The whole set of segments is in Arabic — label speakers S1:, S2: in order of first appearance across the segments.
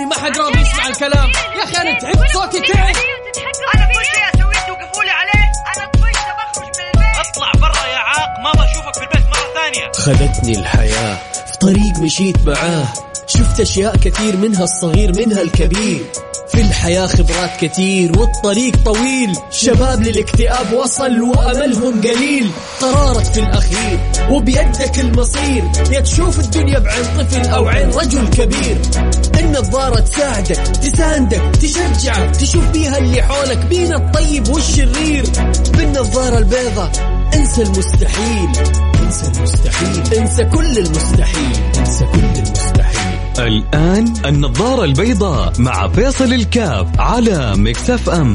S1: ما حد راضي يسمع الكلام. يا أخي أنا تعبت، صوتي تعب.
S2: أنا كل شيء أسويه توقفوا لي عليه. أنا طفشت بخرج من البيت.
S3: اطلع برا يا عاق، ما بشوفك في البيت مرة ثانية.
S1: خذتني الحياة في طريق مشيت معاه، شفت أشياء كثير منها الصغير منها الكبير. في الحياة خبرات كتير والطريق طويل، شباب للاكتئاب وصل وأملهم قليل. قرارك في الأخير وبيدك المصير، يا تشوف الدنيا بعين طفل أو عين رجل كبير. النظارة تساعدك تساندك تشجعك، تشوف بيها اللي حولك بين الطيب والشرير. بالنظارة البيضة انسى المستحيل، انسى المستحيل، انسى كل المستحيل، انسى كل المستحيل.
S4: الآن النظارة البيضاء مع فيصل الكاف على ميكس اف ام.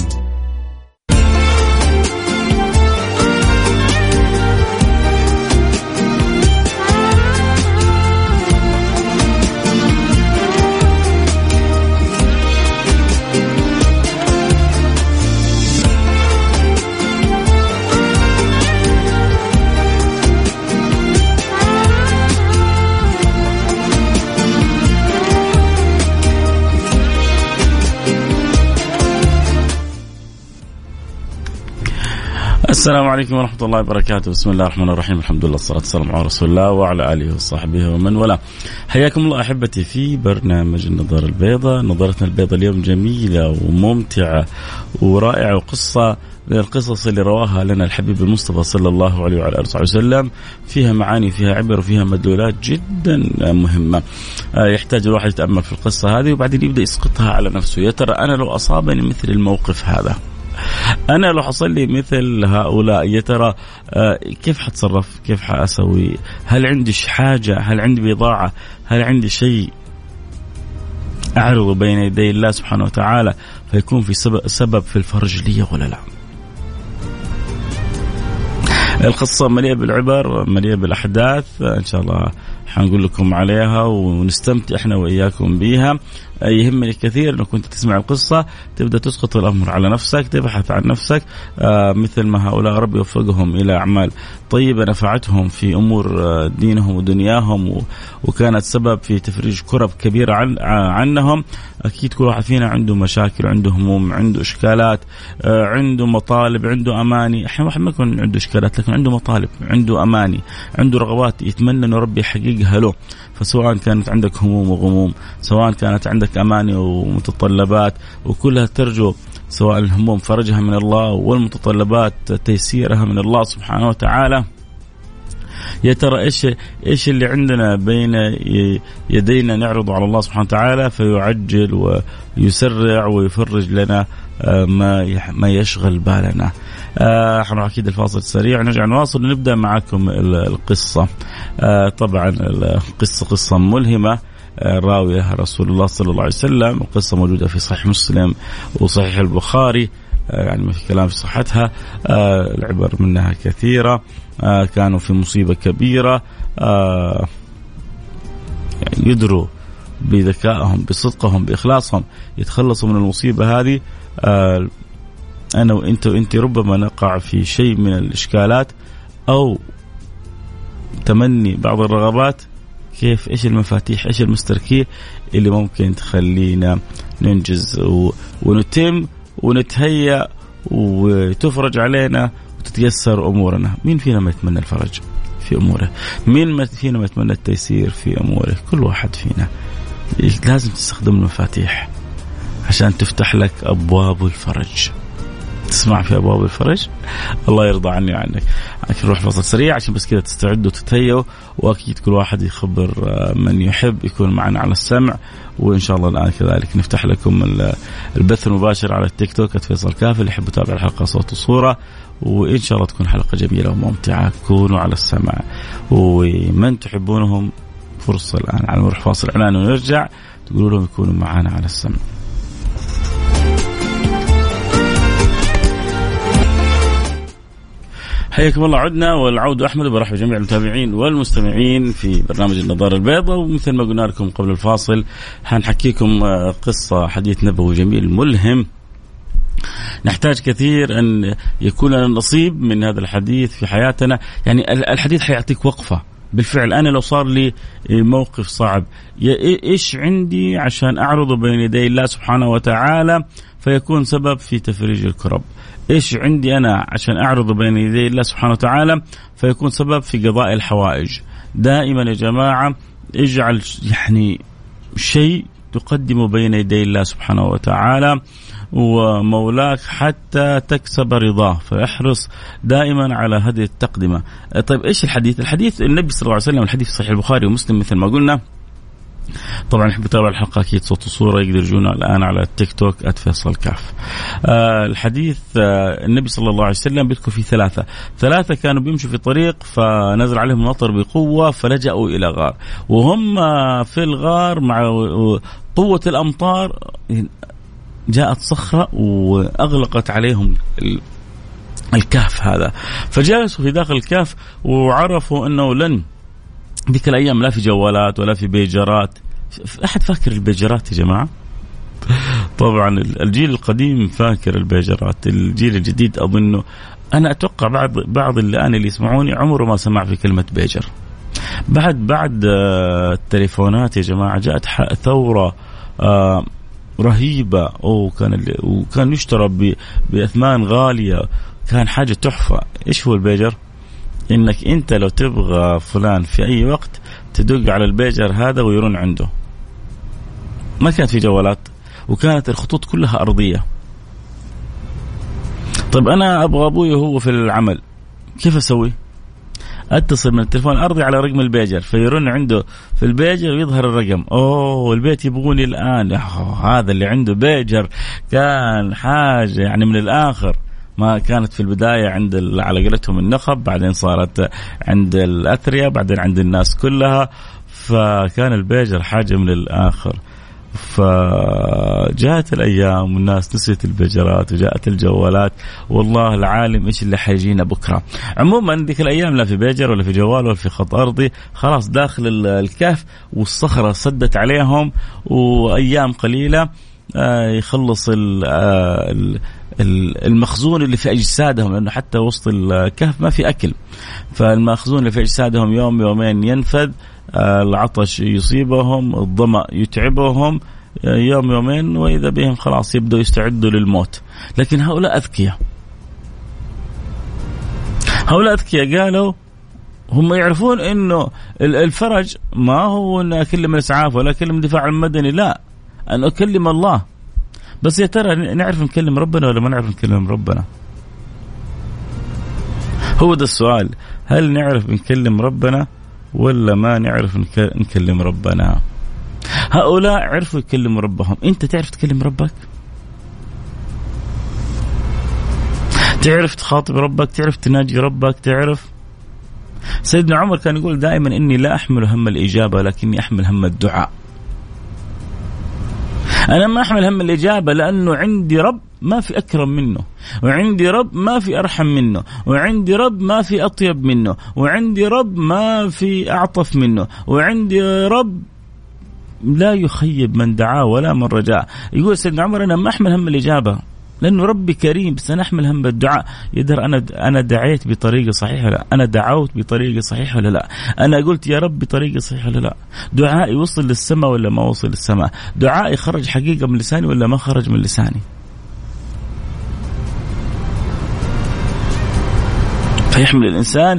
S5: السلام عليكم ورحمة الله وبركاته. بسم الله الرحمن الرحيم. الحمد لله والصلاة والسلام على رسول الله وعلى آله وصحبه ومن والاه. حياكم الله أحبتي في برنامج النظارة البيضاء. نظارتنا البيضاء اليوم جميلة وممتعة ورائعة، وقصة من القصص اللي رواها لنا الحبيب المصطفى صلى الله عليه وعلى آله وسلم، فيها معاني فيها عبر وفيها مدلولات جدا مهمة. يحتاج الواحد يتأمل في القصة هذه وبعدين يبدأ يسقطها على نفسه. يا ترى أنا لو أصابني مثل الموقف هذا، أنا لو حصل لي مثل هؤلاء، يا ترى كيف حتصرف؟ كيف حأسوي؟ هل عندي حاجة؟ هل عندي بضاعة؟ هل عندي شيء أعرضه بين يدي الله سبحانه وتعالى فيكون في سبب في الفرج لي ولا لا؟ القصة مليئة بالعبر، مليئة بالأحداث، إن شاء الله حنقول لكم عليها ونستمتع احنا وإياكم بيها. يهمني كثير أنك كنت تسمع القصة تبدأ تسقط الأمر على نفسك، تبحث عن نفسك، مثل ما هؤلاء ربي يوفقهم إلى أعمال طيبة نفعتهم في أمور دينهم ودنياهم وكانت سبب في تفريج كرب كبيرة عنهم. أكيد كل واحد فينا عنده مشاكل، عنده هموم، عنده إشكالات، عنده مطالب، عنده أماني. أحيانا واحد ما يكون عنده إشكالات لكن عنده مطالب، عنده أماني، عنده رغبات يتمنى أن ربي يحققها له. فسواء كانت عندك هموم وغموم، سواء كانت عندك أماني ومتطلبات، وكلها ترجو سواء الهموم فرجها من الله والمتطلبات تيسيرها من الله سبحانه وتعالى. يا ترى إيش اللي عندنا بين يدينا نعرض على الله سبحانه وتعالى فيعجل ويسرع ويفرج لنا ما يشغل بالنا. حنروح أكيد الفاصل السريع، نرجع نواصل ونبدأ معكم القصة. طبعا القصة قصة ملهمة راويها رسول الله صلى الله عليه وسلم. القصة موجودة في صحيح مسلم وصحيح البخاري، يعني ما في كلام في صحتها. العبر منها كثيرة. كانوا في مصيبة كبيرة، يعني يدروا بذكائهم بصدقهم بإخلاصهم يتخلصوا من المصيبة هذه. أنا وإنت ربما نقع في شيء من الإشكالات أو تمني بعض الرغبات. كيف؟ إيش المفاتيح؟ إيش المستركية اللي ممكن تخلينا ننجز ونتم ونتهيأ وتفرج علينا وتتيسر أمورنا؟ مين فينا ما يتمنى الفرج في أموره؟ مين فينا ما يتمنى التيسير في أموره؟ كل واحد فينا لازم تستخدم المفاتيح عشان تفتح لك أبواب الفرج. تسمع في أبواب الفرج؟ الله يرضى عني وعنك. نروح فاصل سريع عشان بس كده تستعدوا وتتهيئوا، وأكيد كل واحد يخبر من يحب يكون معنا على السمع. وإن شاء الله الآن كذلك نفتح لكم البث المباشر على التيك توك @فيصل كاف اللي يحب يتابع الحلقة صوت وصورة. وإن شاء الله تكون حلقة جميلة وممتعة. كونوا على السمع، ومن تحبونهم فرصة الآن على نروح فاصل إعلان ونرجع تقولوا لهم يكونوا معنا على السمع. حياكم الله. عدنا والعود أحمد، وبرحب جميع المتابعين والمستمعين في برنامج النظارة البيضاء. ومثل ما قلنا لكم قبل الفاصل حنحكيكم قصة حديث نبوي جميل ملهم. نحتاج كثير أن يكون لنا نصيب من هذا الحديث في حياتنا. يعني الحديث حيعطيك وقفة بالفعل أنا لو صار لي موقف صعب إيش عندي عشان أعرضه بين يدي الله سبحانه وتعالى فيكون سبب في تفريج الكرب؟ إيش عندي أنا عشان أعرضه بين يدي الله سبحانه وتعالى فيكون سبب في قضاء الحوائج؟ دائما يا جماعة اجعل يعني شيء تقدمه بين يدي الله سبحانه وتعالى ومولاك حتى تكسب رضاه، فاحرص دائما على هذه التقدمة. طيب إيش الحديث؟ الحديث النبي صلى الله عليه وسلم، الحديث صحيح البخاري ومسلم مثل ما قلنا. طبعا يحب يتابع الحلقة أكيد صوت وصورة يقدر يجونا الآن على التيك توك @فيصل كاف. الحديث النبي صلى الله عليه وسلم بيذكر فيه ثلاثة كانوا بيمشوا في طريق فنزل عليهم مطر بقوة فلجأوا إلى غار، وهم في الغار مع قوة الأمطار جاءت صخرة وأغلقت عليهم الكهف هذا، فجلسوا في داخل الكهف وعرفوا أنه لن ذيك الأيام لا في جوالات ولا في بيجرات. أحد فاكر البيجرات يا جماعة؟ طبعا الجيل القديم فاكر البيجرات، الجيل الجديد أظنه، أنا أتوقع بعض اللي يسمعوني عمره ما سمع في كلمة بيجر. بعد التليفونات يا جماعة جاءت ثورة رهيبة، وكان يشترى بأثمان غالية، كان حاجة تحفة. إيش هو البيجر؟ إنك أنت لو تبغى فلان في أي وقت تدق على البيجر هذا ويرن عنده. ما كانت في جوالات وكانت الخطوط كلها أرضية. طيب أنا أبغى أبوي وهو في العمل، كيف أسوي؟ أتصل من التلفون الأرضي على رقم البيجر فيرن عنده في البيجر ويظهر الرقم. البيت يبغوني الآن. هذا اللي عنده بيجر كان حاجة يعني من الآخر. ما كانت في البداية عند على قولتهم النخب، بعدين صارت عند الأثرياء، بعدين عند الناس كلها، فكان البيجر حاجة من الآخر. فجاءت الأيام والناس نسيت البيجرات وجاءت الجوالات، والله العالم إيش اللي حيجينا بكرة. عموما ذيك الأيام لا في بيجر ولا في جوال ولا في خط أرضي، خلاص داخل الكهف والصخرة سدت عليهم، وأيام قليلة يخلص المخزون اللي في أجسادهم، لأنه حتى وسط الكهف ما في أكل، فالمخزون اللي في أجسادهم يوم يومين ينفذ، العطش يصيبهم، الظمأ يتعبهم يوم يومين، وإذا بهم خلاص يبدأوا يستعدوا للموت. لكن هؤلاء أذكياء قالوا هم يعرفون إنه الفرج ما هو أن أكلم الإسعاف ولا أكلم الدفاع المدني، لا، أن أكلم الله. بس يا ترى نعرف نكلم ربنا ولا ما نعرف نكلم ربنا؟ هو ده السؤال. هل نعرف نكلم ربنا ولا ما نعرف نكلم ربنا؟ هؤلاء عرفوا يكلموا ربهم. أنت تعرف تكلم ربك؟ تعرف تخاطب ربك؟ تعرف تناجي ربك؟ تعرف؟ سيدنا عمر كان يقول دائما إني لا أحمل هم الإجابة لكني أحمل هم الدعاء. أنا ما أحمل هم الإجابة لأنه عندي رب ما في أكرم منه، وعندي رب ما في أرحم منه، وعندي رب ما في أطيب منه، وعندي رب ما في أعطف منه، وعندي رب لا يخيب من دعاه ولا من رجاه. يقول سيدنا عمر أنا ما أحمل هم الإجابة لأنه ربي كريم، بس أنا أحمل هم الدعاء. يقدر أنا دعيت بطريقة صحيحة ولا لا؟ أنا دعوت بطريقة صحيحة ولا لا؟ أنا قلت يا رب بطريقة صحيحة ولا لا؟ دعائي وصل للسماء ولا ما وصل للسماء؟ دعائي خرج حقيقة من لساني ولا ما خرج من لساني؟ فيحمل الإنسان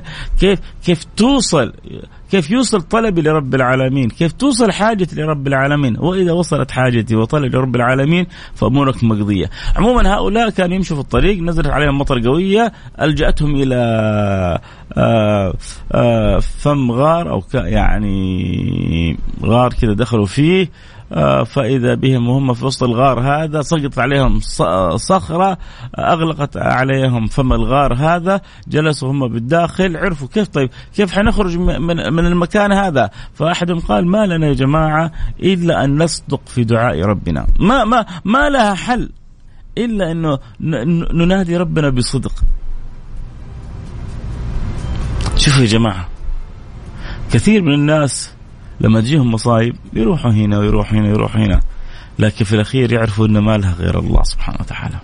S5: كيف يوصل طلبي لرب العالمين، كيف توصل حاجتي لرب العالمين، وإذا وصلت حاجتي وطلبي لرب العالمين فأمورك مقضية. عموما هؤلاء كانوا يمشوا في الطريق، نزلت عليهم مطر قوية، ألجأتهم إلى فم غار أو يعني غار كذا دخلوا فيه، فإذا بهم وهم في وسط الغار هذا سقط عليهم صخرة أغلقت عليهم فم الغار هذا. جلسوا هم بالداخل، عرفوا كيف حنخرج من المكان هذا. فأحدهم قال ما لنا يا جماعة إلا أن نصدق في دعاء ربنا، ما لها حل إلا أنه ننادي ربنا بصدق. شوفوا يا جماعة، كثير من الناس لما تجيهم مصايب يروحوا هنا ويروحوا هنا ويروحوا هنا، لكن في الأخير يعرفوا أن ما لها غير الله سبحانه وتعالى.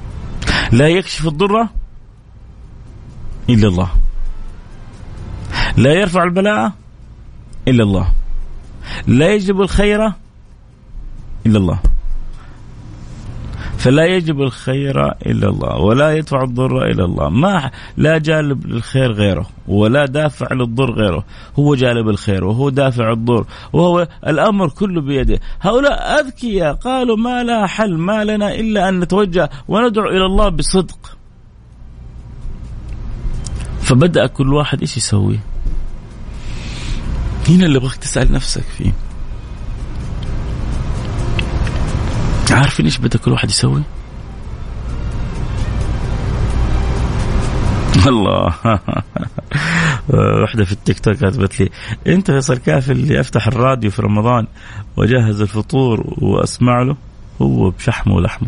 S5: لا يكشف الضر إلا الله، لا يرفع البلاء إلا الله، لا يجلب الخير إلا الله، فلا يجب الخير إلا الله، ولا يدفع الضر إلا الله. ما لا جالب للخير غيره، ولا دافع للضر غيره. هو جالب الخير وهو دافع الضر، وهو الأمر كله بيده. هؤلاء أذكياء قالوا ما لا حل، ما لنا إلا أن نتوجه وندعو إلى الله بصدق. فبدأ كل واحد إيش يسوي. هنا اللي بغيك تسأل نفسك فيه. عارفين إيش بدأ كل واحد يسوي؟ الله واحدة في التيك توك كاتبت لي أنت فيصل كاف اللي أفتح الراديو في رمضان وجهز الفطور وأسمع له هو بشحمه ولحمه.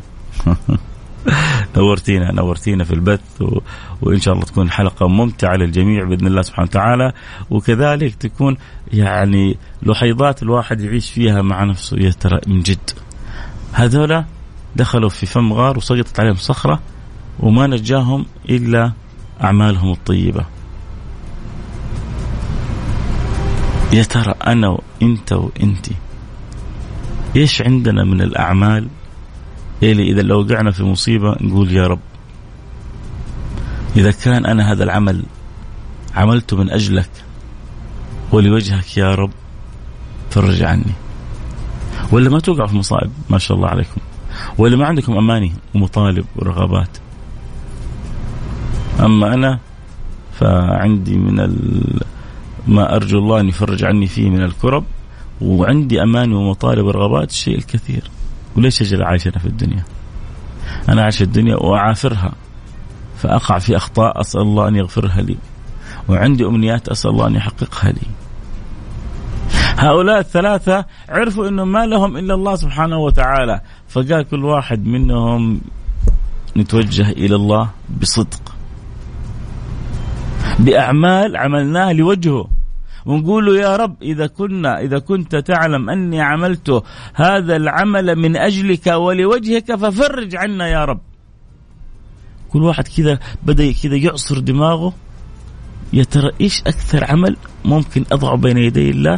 S5: نورتينا في البث وإن شاء الله تكون حلقة ممتعة للجميع بإذن الله سبحانه وتعالى، وكذلك تكون يعني لحظات الواحد يعيش فيها مع نفسه. يا ترى من جد هذولا دخلوا في فم غار وسقطت عليهم صخرة وما نجاهم إلا أعمالهم الطيبة. يا ترى أنا وإنت وإنتي إيش عندنا من الأعمال اللي إذا لو وقعنا في مصيبة نقول يا رب إذا كان أنا هذا العمل عملته من أجلك ولوجهك يا رب فرج عني. ولا ما توقع في مصائب ما شاء الله عليكم، ولا ما عندكم أماني ومطالب ورغبات. أما أنا فعندي من ما أرجو الله أن يفرج عني فيه من الكرب، وعندي أماني ومطالب ورغبات الشيء الكثير. وليش أجل عايشنا في الدنيا؟ أنا عايش الدنيا وأعافرها، فأقع في أخطاء أسأل الله أن يغفرها لي، وعندي أمنيات أسأل الله أن يحققها لي. هؤلاء الثلاثة عرفوا أنه ما لهم إلا الله سبحانه وتعالى، فقال كل واحد منهم نتوجه إلى الله بصدق بأعمال عملناها لوجهه، ونقول له يا رب إذا كنت تعلم أني عملت هذا العمل من أجلك ولوجهك ففرج عنا يا رب. كل واحد كذا بدأ كذا يعصر دماغه، يا ترى إيش أكثر عمل ممكن أضعه بين يدي الله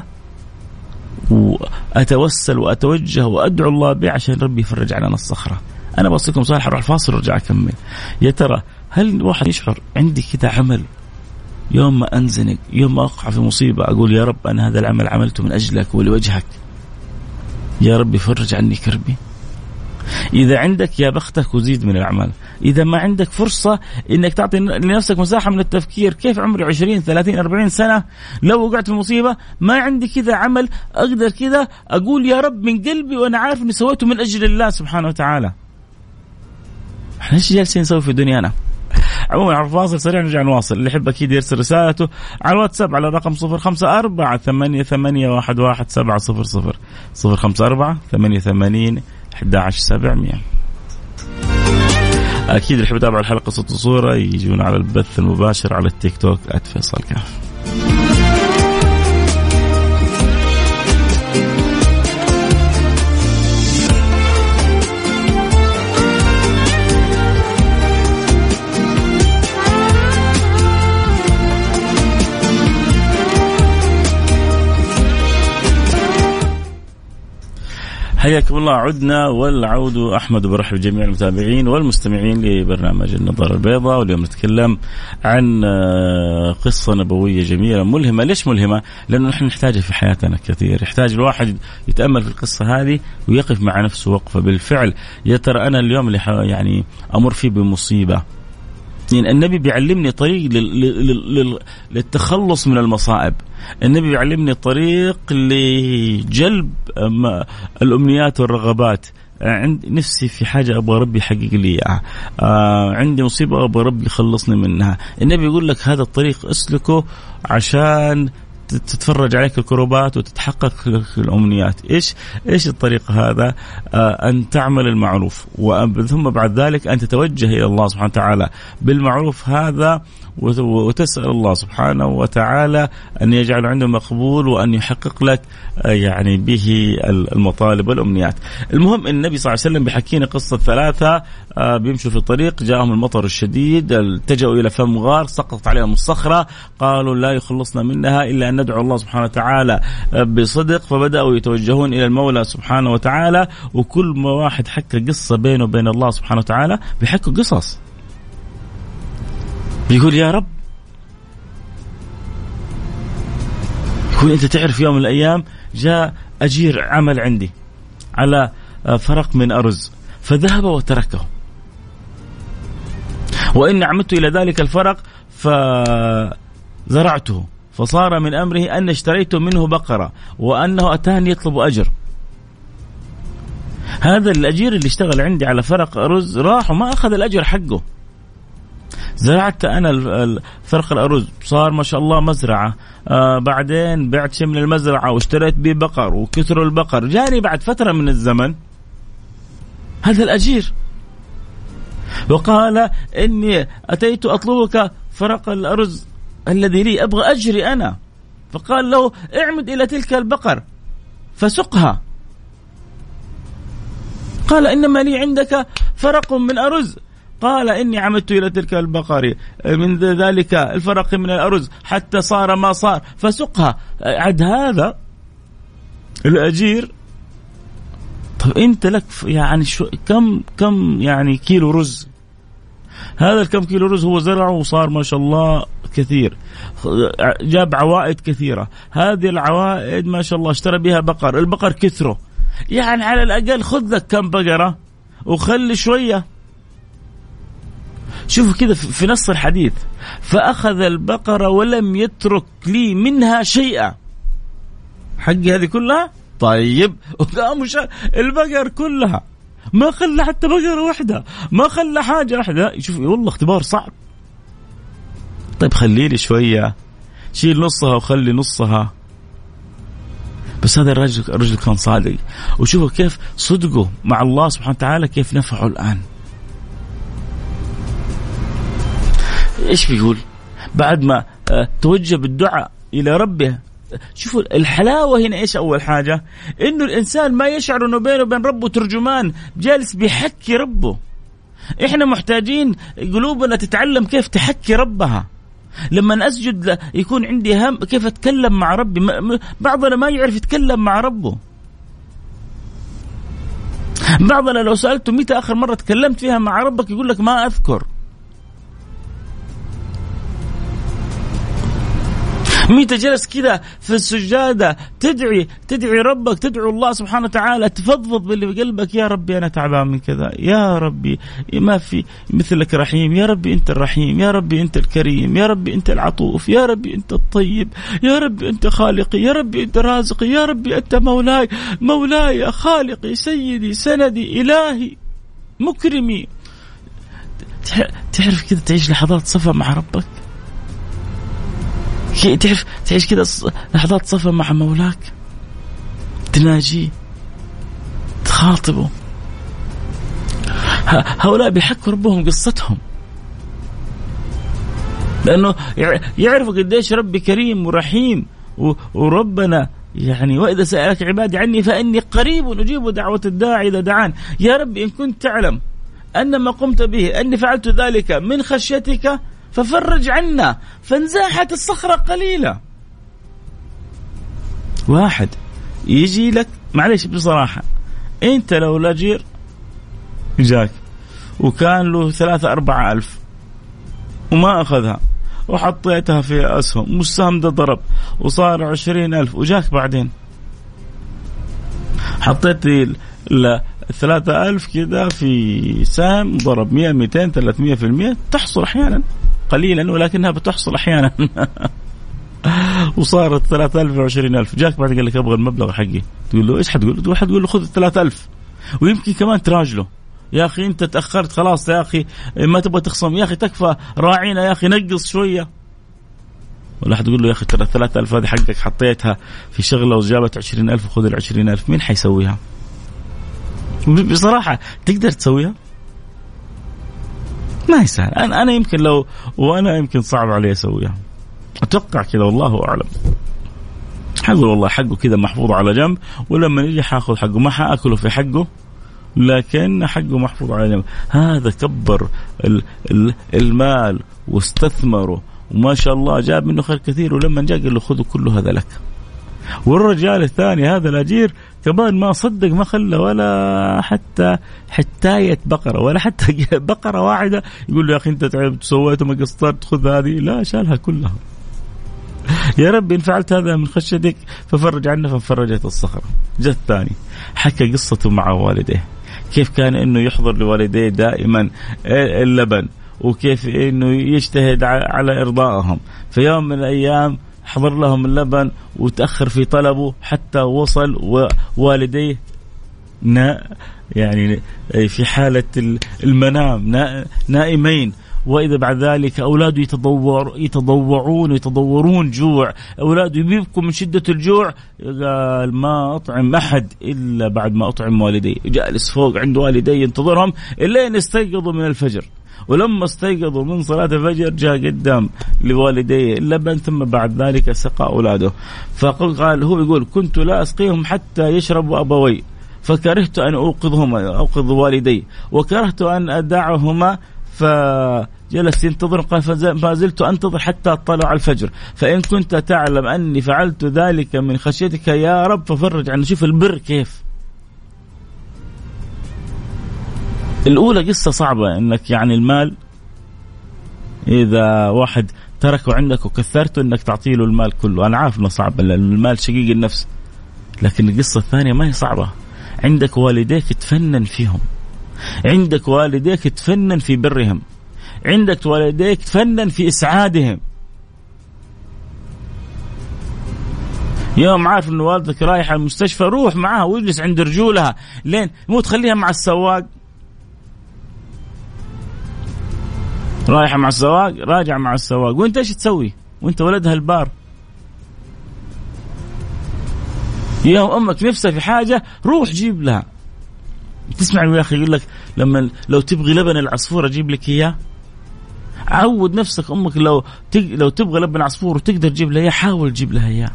S5: وأتوسل وأتوجه وأدعو الله به عشان ربي يفرج عننا الصخرة. أنا بوصيكم صالح أروح الفاصل ورجع أكمل. يا ترى هل الواحد يشعر عندي كذا عمل يوم ما أنزنق، يوم ما أقع في مصيبة أقول يا رب أنا هذا العمل عملته من أجلك ولوجهك، يا رب يفرج عني كربي؟ إذا عندك يا بختك وزيد من الأعمال. إذا ما عندك فرصة إنك تعطي لنفسك مساحة من التفكير، كيف عمري 20 30 40 سنة لو وقعت في مصيبة ما عندي كذا عمل أقدر كذا أقول يا رب من قلبي وأنا عارف إني سويته من أجل الله سبحانه وتعالى. إحنا إيش جالسين نسوي في دنيانا؟ عموما على فاصل سريع نرجع نواصل. اللي يحب أكيد يرسل رسالته على الواتساب على الرقم 0548811700 0548811700. أكيد اللي يحب يتابع الحلقة صوت وصورة يجون على البث المباشر على التيك توك @فيصل كاف. حياكم الله. عدنا والعود أحمد برحب جميع المتابعين والمستمعين لبرنامج النظارة البيضاء. واليوم نتكلم عن قصة نبوية جميلة ملهمة. ليش ملهمة؟ لأنه نحن نحتاجها في حياتنا كثير. يحتاج الواحد يتأمل في القصة هذه ويقف مع نفسه وقفة بالفعل. يا ترى أنا اليوم اللي يعني أمر فيه بمصيبة، يعني النبي بيعلمني طريق للتخلص من المصائب. النبي بيعلمني طريق لجلب الأمنيات والرغبات. عندي نفسي في حاجة أبغى ربي يحقق لي، عندي مصيبة أبغى ربي يخلصني منها. النبي يقول لك هذا الطريق اسلكه عشان تتفرج عليك الكروبات وتتحقق الأمنيات. إيش الطريق هذا؟ أن تعمل المعروف، ثم بعد ذلك أن تتوجه إلى الله سبحانه وتعالى بالمعروف هذا، وتسأل الله سبحانه وتعالى أن يجعل عنده مقبول وأن يحقق لك يعني به المطالب والأمنيات. المهم النبي صلى الله عليه وسلم بحكينا قصة ثلاثة بيمشوا في الطريق، جاءهم المطر الشديد، التجأوا إلى فم غار، سقطت عليهم الصخرة، قالوا لا يخلصنا منها إلا أن ندعو الله سبحانه وتعالى بصدق، فبدأوا يتوجهون إلى المولى سبحانه وتعالى، وكل ما واحد حكى قصة بينه وبين الله سبحانه وتعالى بيحكوا قصص، بيقول يا رب، يقول أنت تعرف يوم من الأيام جاء أجير عمل عندي على فرق من أرز فذهب وتركه، وإن عمدت إلى ذلك الفرق فزرعته، فصار من أمره أن اشتريت منه بقرة وأنه أتاني يطلب أجر. هذا الأجير اللي اشتغل عندي على فرق أرز راح وما أخذ الأجر حقه. زرعت أنا فرق الأرز، صار ما شاء الله مزرعة، بعدين بعت شيء من المزرعة واشتريت به بقر وكثر البقر، جاني بعد فترة من الزمن هذا الأجير وقال إني أتيت أطلبك فرق الأرز الذي لي، أبغى أجري أنا. فقال له اعمد إلى تلك البقر فسقها. قال إنما لي عندك فرق من أرز. قال إني عمدت إلى تلك البقر من ذلك الفرق من الأرز حتى صار ما صار فسقها. عد هذا الأجير، طب أنت لك يعني كم يعني كيلو رز؟ هذا الكم كيلو رز هو زرعه وصار ما شاء الله كثير، جاب عوائد كثيرة، هذه العوائد ما شاء الله اشترى بها بقر، البقر كثره، يعني على الأقل خذ لك كم بقرة وخلي شوية. شوفوا كده في نص الحديث، فأخذ البقرة ولم يترك لي منها شيئا، حقي هذه كلها طيب، وقاموا البقر كلها، ما خلى حتى بقرة واحدة، ما خلى حاجة واحدة. شوف والله اختبار صعب. طيب خلي لي شوية، شيل نصها وخلي نصها. بس هذا الرجل كان صادق، وشوفوا كيف صدقه مع الله سبحانه وتعالى كيف نفعه الآن. إيش بيقول بعد ما توجه بالدعاء إلى ربه؟ شوفوا الحلاوة هنا إيش؟ أول حاجة إنه الإنسان ما يشعر إنه بينه وبين ربه ترجمان جالس بيحكي ربه. إحنا محتاجين قلوبنا تتعلم كيف تحكي ربها. لما أسجد يكون عندي هم كيف أتكلم مع ربي. بعضنا ما يعرف يتكلم مع ربه. بعضنا لو سألته متى آخر مرة تكلمت فيها مع ربك يقول لك ما أذكر. متى جلس كذا في السجادة تدعي ربك، تدعو الله سبحانه وتعالى، تفضفض باللي في قلبك، يا ربي أنا تعبان من كذا، يا ربي ما في مثلك رحيم، يا ربي أنت الرحيم، يا ربي أنت الكريم، يا ربي أنت العطوف، يا ربي أنت الطيب، يا ربي أنت خالقي، يا ربي أنت رازقي، يا ربي أنت مولاي خالقي سيدي سندي إلهي مكرمي. تعرف كذا تعيش لحظات صفا مع ربك، تعرف تعيش كده لحظات صفا مع مولاك، تناجيه تخاطبه. هؤلاء بيحكوا ربهم قصتهم، لأنه يعرفوا قديش ربي كريم ورحيم، وربنا يعني وإذا سألك عبادي عني فإني قريب أجيب دعوة الداعي إذا دعان. يا ربي إن كنت تعلم أن ما قمت به أني فعلت ذلك من خشيتك ففرج عنا، فانزاحت الصخرة قليلة. واحد يجي لك معلش بصراحة، انت لو لاجير جاك وكان له 3-4 ألف وما أخذها وحطيتها في أسهم والسهم ده ضرب وصار 20,000 وجاك بعدين حطيت 3,000 كده في سهم ضرب 100 200 300%، تحصل أحيانا قليلا ولكنها بتحصل أحيانا وصارت 3,000 و20,000. جاك بعد قال لك أبغى المبلغ حقي، تقول له إيش حتقول له خذ 3,000 ويمكن كمان تراجله، يا أخي أنت تأخرت خلاص، يا أخي ما تبغى تخصم، يا أخي تكفى راعينا، يا أخي نقص شوية. ولا تقول له يا أخي ترى 3000 هذه حقك حطيتها في شغلة وجابت 20,000 وخذ 20,000، مين حيسويها؟ بصراحة تقدر تسويها؟ ما هي سهل. أنا يمكن لو وأنا يمكن صعب علي أسويها، أتوقع كذا والله أعلم. حقول والله حقه كذا محفوظ على جنب، ولما يجي حاخذ حقه، ما حأكله في حقه لكن حقه محفوظ على جنب. هذا كبر المال واستثمره وما شاء الله جاب منه خير كثير، ولما جاء قال له خذوا كله هذا لك. والرجال الثاني هذا الأجير كمان ما صدق، ما خلى ولا حتى حتاية بقرة ولا حتى بقرة واحدة يقول له يا أخي أنت تعبت سويت وما قصرت خذ هذه، لا شالها كلها. يا رب إن فعلت هذا من خشيتك ففرج عنا فانفرجت الصخرة. جاء الثاني حكى قصته مع والديه، كيف كان إنه يحضر لوالديه دائما اللبن، وكيف إنه يجتهد على إرضائهم. في يوم من الأيام حضر لهم اللبن وتأخر في طلبه حتى وصل ووالديه يعني في حالة المنام نائمين، وإذا بعد ذلك أولاده يتضورون جوع، أولاده يبكوا من شدة الجوع. قال ما أطعم أحد إلا بعد ما أطعم والدي. جالس فوق عند والدي ينتظرهم إلا أن استيقظوا من الفجر، ولما استيقظوا من صلاة الفجر جاء قدام لوالديه اللبن، ثم بعد ذلك سقى أولاده. فقال هو يقول كنت لا أسقيهم حتى يشربوا أبوي، فكرهت أن أوقظ والدي، وكرهت أن أدعهما، فجلس ينتظر. قال فما زلت أنتظر حتى طلع الفجر، فإن كنت تعلم أني فعلت ذلك من خشيتك يا رب ففرج عنه. شوف البر كيف. الأولى قصة صعبة، إنك يعني المال إذا واحد تركه عندك وكثرته إنك تعطيه له المال كله. أنا عارف إنه صعب، المال شقيق النفس، لكن القصة الثانية ما هي صعبة. عندك والديك تفنن فيهم، عندك والديك تفنن في برهم، عندك والديك تفنن في إسعادهم. يوم عارف إن والدك رايح المستشفى روح معها واجلس عند رجولها، لين مو تخليها مع السواق. رايحة مع السواق راجع مع السواق، وانت ايش تسوي وانت ولدها البار؟ يوم امك نفسها في حاجة روح جيب لها. تسمع يا اخي يقول لك لما لو تبغي لبن العصفور اجيب لك اياه. عود نفسك، امك لو تبغى لبن عصفور وتقدر تجيب لها اياه حاول تجيب لها اياه.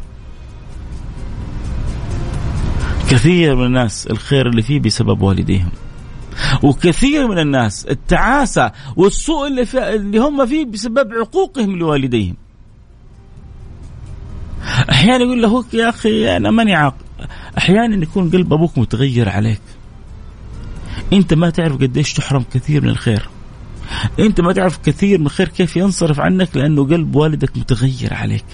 S5: كثير من الناس الخير اللي فيه بسبب والديهم، وكثير من الناس التعاسة والسوء اللي هم فيه بسبب عقوقهم لوالديهم. أحيانا يقول له يا أخي أنا ماني عاق، أحيانا يكون قلب أبوك متغير عليك، أنت ما تعرف قديش تحرم كثير من الخير، أنت ما تعرف كثير من الخير كيف ينصرف عنك لأنه قلب والدك متغير عليك.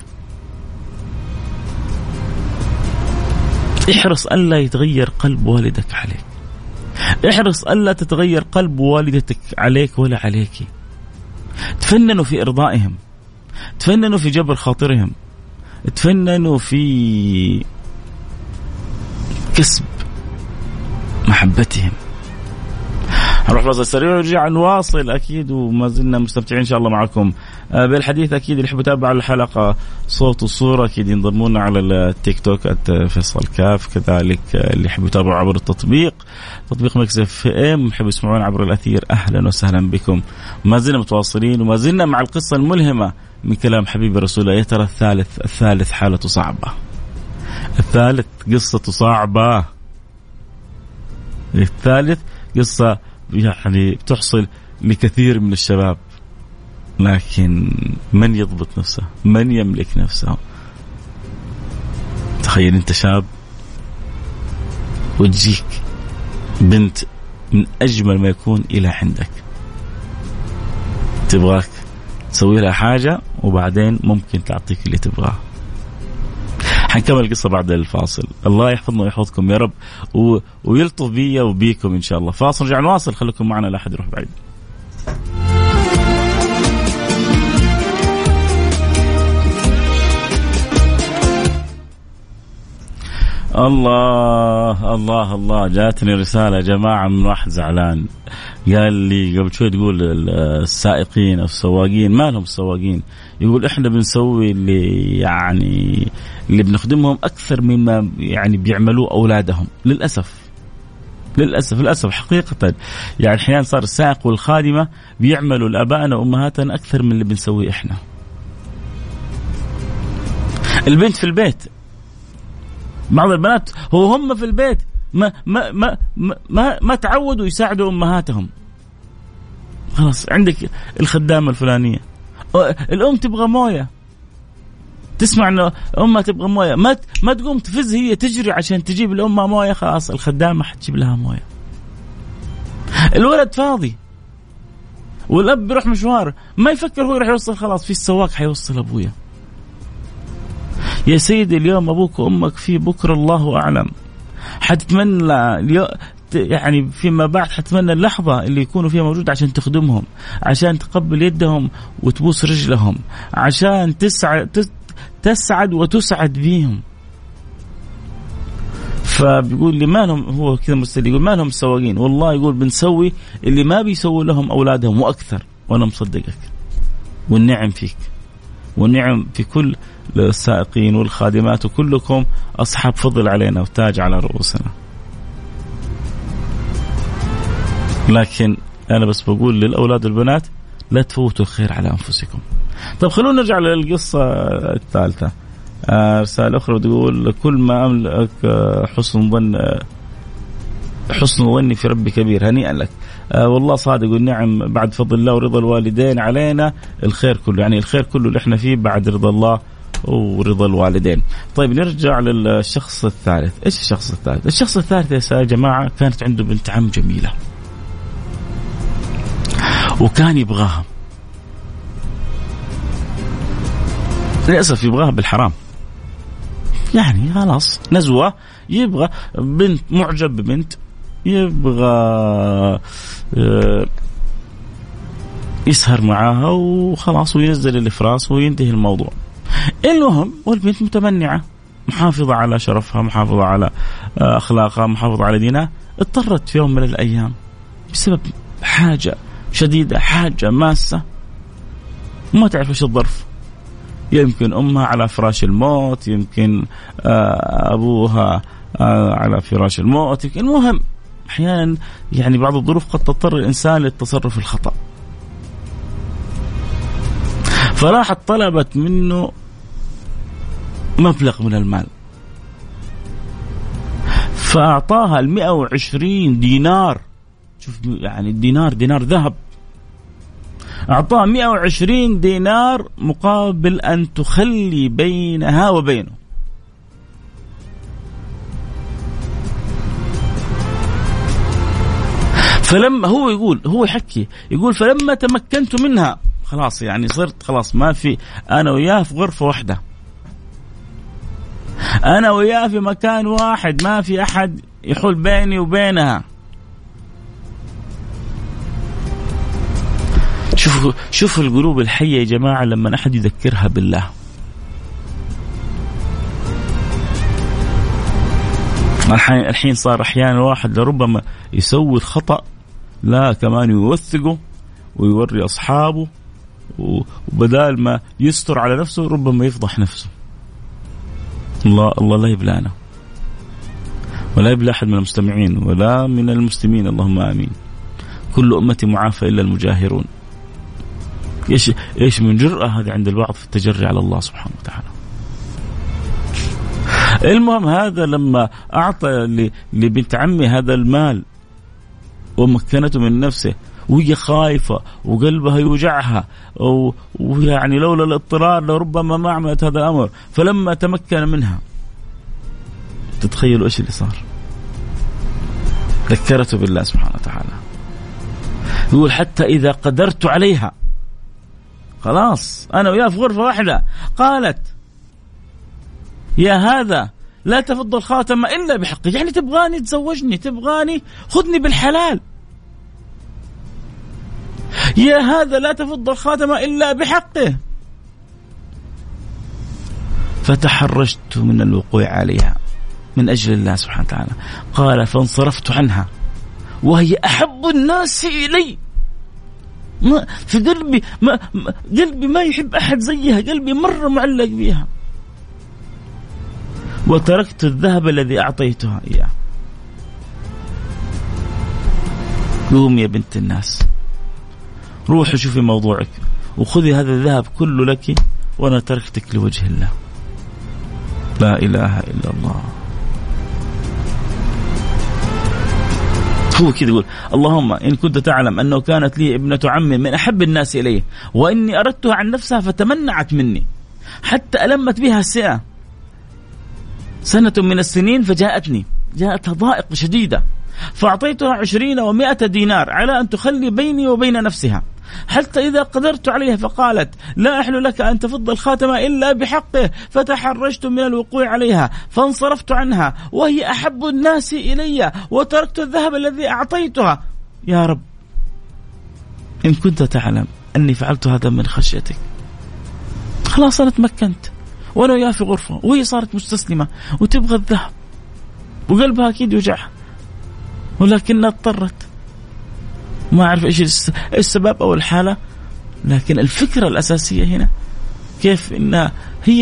S5: احرص ألا يتغير قلب والدك عليك، احرص ألا تتغير قلب والدتك عليك ولا عليك. تفننوا في إرضائهم، تفننوا في جبر خاطرهم، تفننوا في كسب محبتهم. نروح فاصل سريع ونرجع نواصل أكيد، وما زلنا مستمتعين إن شاء الله معكم بالحديث. أكيد اللي يحب يتابع الحلقة صوت وصورة أكيد ينضمونا على التيك توك @فيصل كاف، كذلك اللي يحب يتابع عبر التطبيق تطبيق ميكس اف ام، يحب يسمعون عبر الأثير، أهلا وسهلا بكم. ما زلنا متواصلين وما زلنا مع القصة الملهمة من كلام حبيب الرسول. يا ترى الثالث حالته صعبة، الثالث قصته صعبة، الثالث قصة يعني بتحصل لكثير من الشباب، لكن من يضبط نفسه، من يملك نفسه. تخيل انت شاب وتجيك بنت من اجمل ما يكون الى عندك، تبغاك تسوي لها حاجة وبعدين ممكن تعطيك اللي تبغاه. حنكمل القصة بعد الفاصل. الله يحفظنا ويحفظكم يا رب ويلطف بي وبيكم إن شاء الله. فاصل نرجع نواصل، خليكم معنا لا أحد يروح بعيد. الله الله الله. جاتني رسالة يا جماعة من واحد زعلان، قال لي قبل شوي تقول السائقين أو السواقين ما لهم السواقين، يقول إحنا بنسوي اللي بنخدمهم أكثر مما يعني بيعملوه أولادهم. للأسف حقيقة يعني أحيانا صار السائق والخادمة بيعملوا لآبائنا وأمهاتنا أكثر من اللي بنسويه إحنا. البنت في البيت، بعض البنات هم في البيت ما تعودوا يساعدوا أمهاتهم. خلاص عندك الخدامة الفلانية، الأم تبغى موية، تسمع أن أمها تبغى موية، ما تقوم تفز هي تجري عشان تجيب لأمها موية، خلاص الخدامة حتجيب لها موية. الولد فاضي والأب بيروح مشوار، ما يفكر هو يروح يوصل، خلاص في السواق حيوصل أبويا. يا سيدي اليوم أبوك وأمك في بكرة الله أعلم، حتتمنى يعني فيما بعد حتتمنى اللحظة اللي يكونوا فيها موجود عشان تخدمهم، عشان تقبل يدهم وتبوس رجلهم، عشان تسعد وتسعد بيهم. فبيقول لي ما لهم، هو كذا مستدل، يقول ما لهم السواقين، والله يقول بنسوي اللي ما بيسوي لهم أولادهم وأكثر، وأنا مصدقك. والنعم فيك والنعم في كل السائقين والخادمات، وكلكم أصحاب فضل علينا وتاج على رؤوسنا. لكن أنا بس بقول للأولاد والبنات لا تفوتوا الخير على أنفسكم. طب خلونا نرجع للقصة الثالثة. رسالة أخرى تقول كل ما أملك حسن ظني في ربي كبير، هنيئا لك. والله صادق، والنعم بعد فضل الله ورضا الوالدين علينا الخير كله، يعني الخير كله اللي احنا فيه بعد رضا الله ورضا الوالدين. طيب نرجع للشخص الثالث. ايش الشخص الثالث؟ الشخص الثالث يا جماعة كانت عنده بنت عم جميلة وكان يبغاها، للأسف يبغاها بالحرام، يعني خلاص نزوة، يبغى بنت، معجب ببنت، يبغى يسهر معاها وخلاص وينزل اللي في راسه وينتهي الموضوع. المهم والبنت متمنعة، محافظة على شرفها، محافظة على أخلاقها، محافظة على دينها. اضطرت في يوم من الأيام بسبب حاجة شديدة، حاجة ماسة، ما تعرف ايش الظرف، يمكن أمها على فراش الموت، يمكن أبوها على فراش الموت، المهم أحيانا يعني بعض الظروف قد تضطر الإنسان للتصرف الخطأ. فراحت طلبت منه مبلغ من المال، فأعطاها 120 دينار. شوف يعني الدينار دينار ذهب، أعطاها 120 دينار مقابل أن تخلي بينها وبينه. فلما هو يقول، هو يحكي يقول فلما تمكنت منها، خلاص يعني صرت خلاص ما في، أنا وياه في غرفة واحدة، أنا وياه في مكان واحد، ما في أحد يحول بيني وبينها. شوفوا القلوب الحية يا جماعة لما أحد يذكرها بالله. الحين صار أحيانا واحد لربما يسوي الخطأ، لا كمان يوثقه ويوري أصحابه، وبدال ما يستر على نفسه ربما يفضح نفسه. الله لا يبلانا ولا يبلى أحد من المستمعين ولا من المسلمين، اللهم آمين. كل أمتي معافى إلا المجاهرون. إيش من جرأة هذا عند البعض في التجري على الله سبحانه وتعالى. المهم هذا لما أعطى لبنت عمي هذا المال ومكنته من نفسه، وهي خايفة وقلبها يوجعها، ويعني لولا الاضطرار لربما ما عملت هذا الأمر. فلما تمكن منها، تتخيلوا إيش اللي صار؟ ذكرته بالله سبحانه وتعالى. يقول حتى إذا قدرت عليها، خلاص أنا وياه في غرفة واحدة، قالت يا هذا لا تفض الخاتم إلا بحقه، يعني تبغاني تزوجني، تبغاني خذني بالحلال، يا هذا لا تفض الخاتم إلا بحقه. فتحرجت من الوقوع عليها، من أجل الله سبحانه وتعالى. قال فانصرفت عنها وهي أحب الناس إلي. ما في قلبي قلبي ما يحب أحد زيها، قلبي مرة معلق بها. وتركت الذهب الذي أعطيتها إياه. قوم يا بنت الناس، روحي شوفي موضوعك وخذي هذا الذهب كله لك وأنا تركتك لوجه الله. لا إله إلا الله. هو كذا يقول اللهم إن كنت تعلم أنه كانت لي ابنة عم من أحب الناس إليه وإني أردتها عن نفسها فتمنعت مني حتى ألمت بها السنة من السنين فجاءتني، جاءتها ضائقة شديدة فأعطيتها 20 و100 دينار على أن تخلي بيني وبين نفسها حتى إذا قدرت عليها فقالت لا أحل لك أن تفض الخاتم إلا بحقه فتحرجت من الوقوع عليها فانصرفت عنها وهي أحب الناس إلي وتركت الذهب الذي أعطيتها. يا رب إن كنت تعلم أني فعلت هذا من خشيتك. خلاص أنا تمكنت وأنا وياها في غرفة وهي صارت مستسلمة وتبغى الذهب وقلبها أكيد يوجعها ولكنها اضطرت. ما أعرف إيش السبب أو الحالة، لكن الفكرة الأساسية هنا كيف إنها هي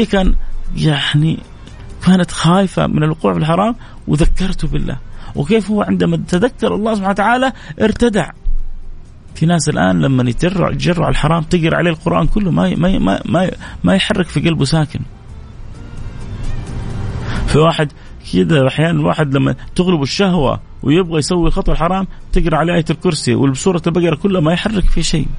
S5: كانت خايفة من الوقوع في الحرام وذكرته بالله، وكيف هو عندما تذكر الله سبحانه وتعالى ارتدع. في ناس الآن لما يجرع الحرام تقرأ عليه القرآن كله ما يحرك في قلبه ساكن. في واحد كده أحيانا الواحد لما تغلب الشهوة ويبغى يسوي الخطوة الحرام تقرأ على آية الكرسي والسورة البقرة كلها ما يحرك في شيء.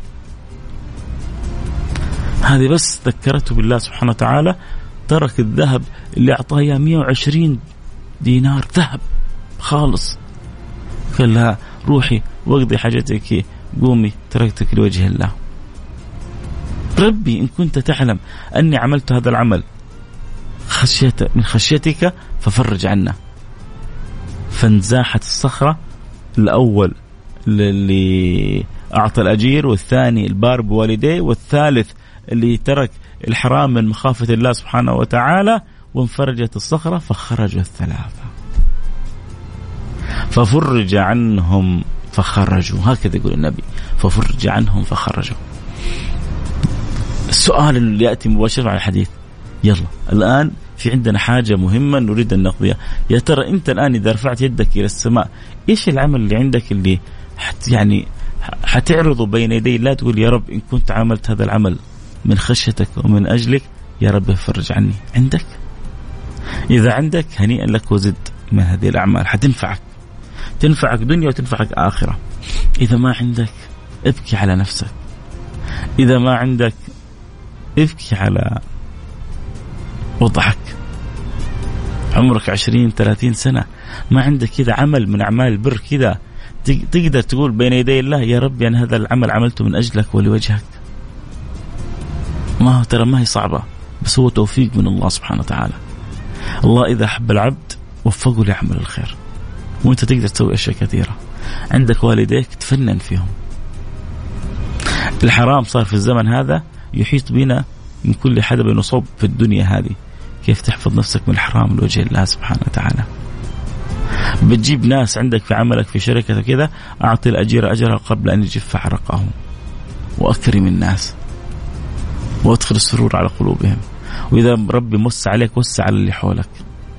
S5: هذه بس ذكرته بالله سبحانه وتعالى، ترك الذهب اللي أعطاه 120 دينار ذهب خالص، قال لها روحي واقضي حاجتك قومي تركتك لوجه الله. ربي إن كنت تعلم أني عملت هذا العمل من خشيتك ففرج عنا. فانزاحت الصخرة، الأول اللي أعطى الأجير، والثاني البار بوالديه، والثالث اللي ترك الحرام من مخافة الله سبحانه وتعالى. وانفرجت الصخرة فخرجوا الثلاثة ففرج عنهم فخرجوا. هكذا يقول النبي، ففرج عنهم فخرجوا. السؤال اللي يأتي مباشر على الحديث، يلا الآن في عندنا حاجة مهمة نريد أن نقضيها. يا ترى أنت الآن إذا رفعت يدك إلى السماء إيش العمل اللي عندك اللي حتعرضه بين يدي الله تقول يا رب إن كنت عملت هذا العمل من خشيتك ومن أجلك يا رب فرج عني؟ عندك؟ إذا عندك هنيئا لك وزد من هذه الأعمال، تنفعك دنيا وتنفعك آخرة. إذا ما عندك ابكي على نفسك، إذا ما عندك ابكي على وضعك. عمرك 20-30 سنة ما عندك كذا عمل من أعمال البر كذا تقدر تقول بين يدي الله يا رب أن هذا العمل عملته من أجلك ولوجهك. ما هو ترى ما هي صعبة، بس هو توفيق من الله سبحانه وتعالى. الله إذا حب العبد وفقه ليعمل الخير، وانت تقدر تسوي أشياء كثيرة. عندك والديك تفنن فيهم. الحرام صار في الزمن هذا يحيط بنا من كل حدب نصب في الدنيا هذه. كيف تحفظ نفسك من الحرام لوجه الله سبحانه وتعالى؟ بتجيب ناس عندك في عملك في شركة كذا، أعطي الأجير أجرها قبل أن يجف عرقهم، وأكرم الناس وأدخل السرور على قلوبهم. وإذا ربي موسع عليك وسع على اللي حولك،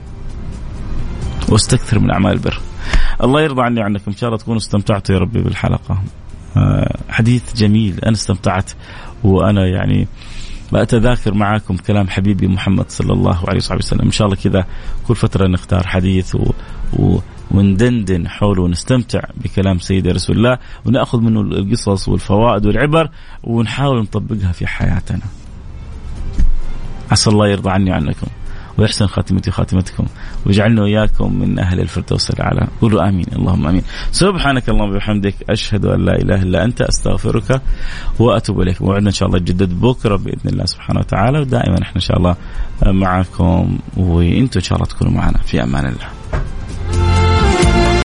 S5: واستكثر من أعمال البر. الله يرضى عني عنكم. إن شاء الله تكونوا استمتعتوا يا ربي بالحلقة. حديث جميل، أنا استمتعت، وأنا يعني بأتذاكر معاكم كلام حبيبي محمد صلى الله عليه وسلم. إن شاء الله كذا كل فترة نختار حديث وندندن حوله ونستمتع بكلام سيدي رسول الله، ونأخذ منه القصص والفوائد والعبر ونحاول نطبقها في حياتنا. عسى الله يرضى عني عنكم ويحسن خاتمتي خاتمتكم ويجعلنا وإياكم من أهل الفردوس الأعلى. قولوا آمين اللهم آمين. سبحانك اللهم وبحمدك، أشهد أن لا إله إلا أنت، أستغفرك وأتوب إليك. وعدنا إن شاء الله يتجدد بكرة بإذن الله سبحانه وتعالى، ودائما إحنا إن شاء الله معكم، وإنتم إن شاء الله تكونوا معنا. في أمان الله.